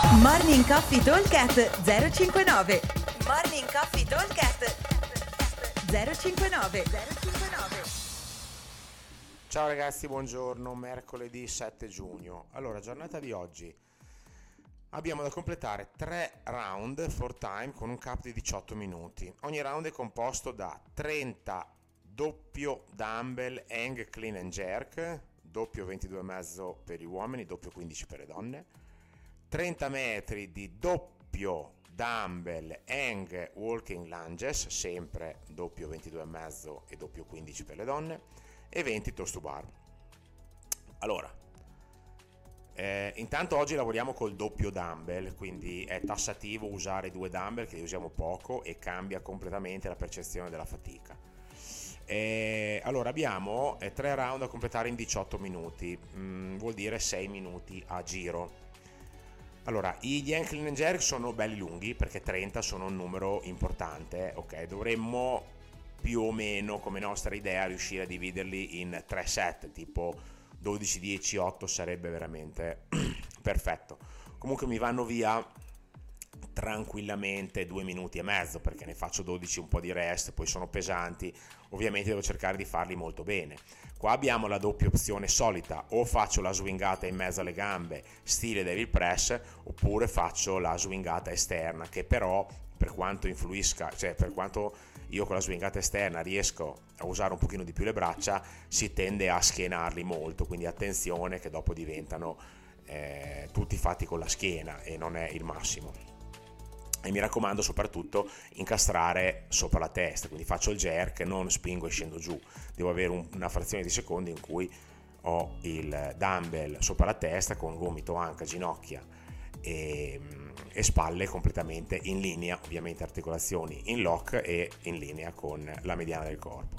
Morning Coffee Talkcast 059. Morning Coffee Talkcast 059. Ciao ragazzi, buongiorno, mercoledì 7 giugno. Allora, giornata di oggi. Abbiamo da completare 3 round for time con un cap di 18 minuti. Ogni round è composto da 30 doppio dumbbell hang clean and jerk, doppio 22,5 per gli uomini, doppio 15 per le donne, 30 metri di doppio dumbbell hang walking lunges, sempre doppio 22,5 e doppio 15 per le donne, e 20 toes to bar. Allora, intanto oggi lavoriamo col doppio dumbbell, quindi è tassativo usare 2 dumbbell che li usiamo poco e cambia completamente la percezione della fatica. Allora abbiamo 3 round da completare in 18 minuti, vuol dire 6 minuti a giro. Allora, gli hang clean and jerk sono belli lunghi perché 30 sono un numero importante, ok? Dovremmo più o meno, come nostra idea, riuscire a dividerli in 3 set, tipo 12, 10, 8 sarebbe veramente perfetto. Comunque mi vanno via tranquillamente 2 minuti e mezzo perché ne faccio 12, un po' di rest, poi sono pesanti, ovviamente devo cercare di farli molto bene. Qua abbiamo la doppia opzione solita: o faccio la swingata in mezzo alle gambe stile devil press, oppure faccio la swingata esterna, che però per quanto influisca, cioè per quanto io con la swingata esterna riesco a usare un pochino di più le braccia, si tende a schienarli molto, quindi attenzione che dopo diventano tutti fatti con la schiena e non è il massimo. E mi raccomando soprattutto incastrare sopra la testa, quindi faccio il jerk, non spingo e scendo giù, devo avere una frazione di secondo in cui ho il dumbbell sopra la testa con gomito, anca, ginocchia e spalle completamente in linea, ovviamente articolazioni in lock e in linea con la mediana del corpo.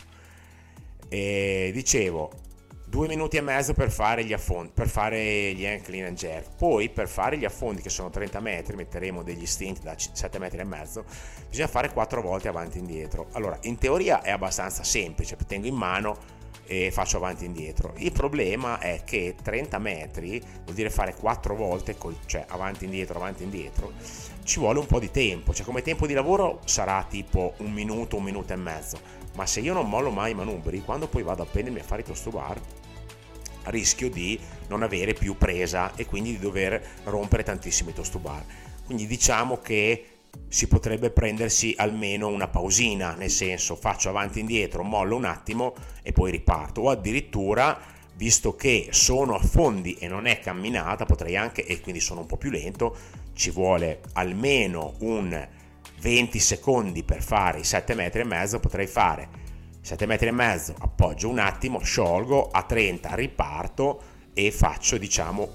E dicevo, 2 minuti e mezzo per fare gli affondi, per fare gli hang clean and jerk. Poi per fare gli affondi, che sono 30 metri, metteremo degli stint da 7 metri e mezzo, bisogna fare 4 volte avanti e indietro. Allora, in teoria è abbastanza semplice, tengo in mano e faccio avanti e indietro. Il problema è che 30 metri vuol dire fare 4 volte, cioè avanti e indietro, ci vuole un po' di tempo, cioè come tempo di lavoro sarà tipo un minuto e mezzo, ma se io non mollo mai i manubri, quando poi vado a prendermi a fare i toes to bar, rischio di non avere più presa e quindi di dover rompere tantissimi toes to bar. Quindi diciamo che si potrebbe prendersi almeno una pausina, nel senso faccio avanti e indietro, mollo un attimo e poi riparto, o addirittura, visto che sono a fondi e non è camminata, potrei anche, e quindi sono un po' più lento, ci vuole almeno un 20 secondi per fare i 7 metri e mezzo, potrei fare 7 metri e mezzo, appoggio un attimo, sciolgo, a 30 riparto e faccio diciamo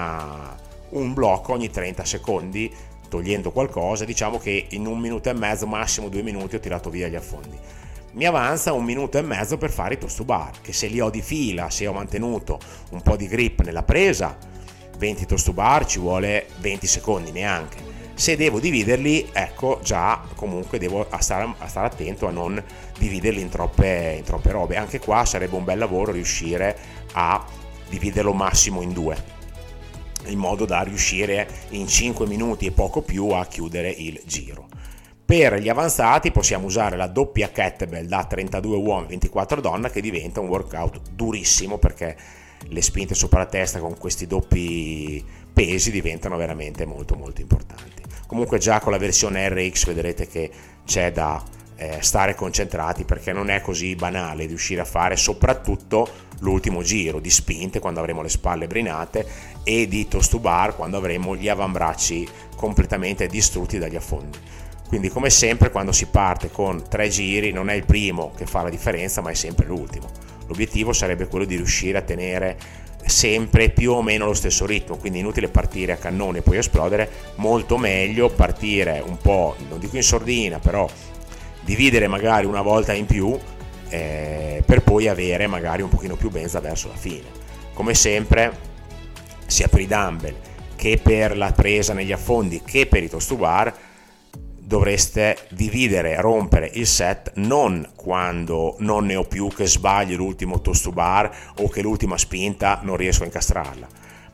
un blocco ogni 30 secondi, togliendo qualcosa. Diciamo che in 1 minuto e mezzo, massimo 2 minuti, ho tirato via gli affondi. Mi avanza 1 minuto e mezzo per fare i toes to bar, che se li ho di fila, se ho mantenuto un po' di grip nella presa, 20 toes to bar ci vuole 20 secondi neanche. Se devo dividerli, ecco, già comunque devo stare attento a non dividerli in troppe robe. Anche qua sarebbe un bel lavoro riuscire a dividerlo massimo in 2, in modo da riuscire in 5 minuti e poco più a chiudere il giro. Per gli avanzati possiamo usare la doppia kettlebell da 32 uomini, 24 donne, che diventa un workout durissimo perché le spinte sopra la testa con questi doppi pesi diventano veramente molto molto importanti. Comunque già con la versione RX vedrete che c'è da stare concentrati, perché non è così banale riuscire a fare soprattutto l'ultimo giro di spinte quando avremo le spalle brinate e di toes to bar quando avremo gli avambracci completamente distrutti dagli affondi. Quindi come sempre quando si parte con 3 giri non è il primo che fa la differenza, ma è sempre l'ultimo. L'obiettivo sarebbe quello di riuscire a tenere sempre più o meno lo stesso ritmo, quindi inutile partire a cannone e poi esplodere, molto meglio partire un po', non dico in sordina, però dividere magari una volta in più per poi avere magari un pochino più benza verso la fine. Come sempre, sia per i dumbbell che per la presa negli affondi che per i toes to bar, dovreste dividere, rompere il set non quando non ne ho più, che sbaglio l'ultimo toes to bar o che l'ultima spinta non riesco a incastrarla,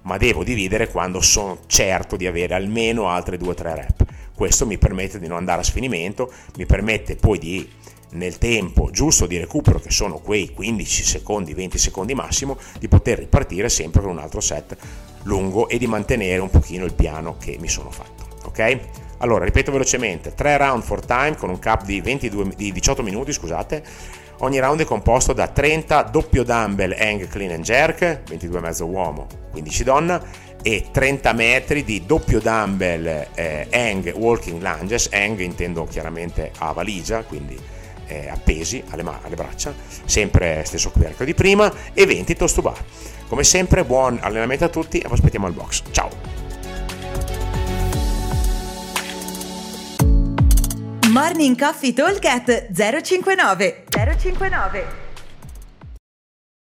ma devo dividere quando sono certo di avere almeno altre 2-3 rep. Questo mi permette di non andare a sfinimento, mi permette poi di, nel tempo giusto di recupero, che sono quei 15 secondi, 20 secondi massimo, di poter ripartire sempre con un altro set lungo e di mantenere un pochino il piano che mi sono fatto, ok? Allora, ripeto velocemente: 3 round for time con un cap di 18 minuti, scusate. Ogni round è composto da 30 doppio dumbbell hang clean and jerk, 22,5 uomo, 15 donna, e 30 metri di doppio dumbbell hang walking lunges. Hang intendo chiaramente a valigia, quindi appesi alle braccia, sempre stesso coperchio di prima, e 20 toast to bar. Come sempre, buon allenamento a tutti e vi aspettiamo al box. Ciao! Morning Coffee Talk at 059.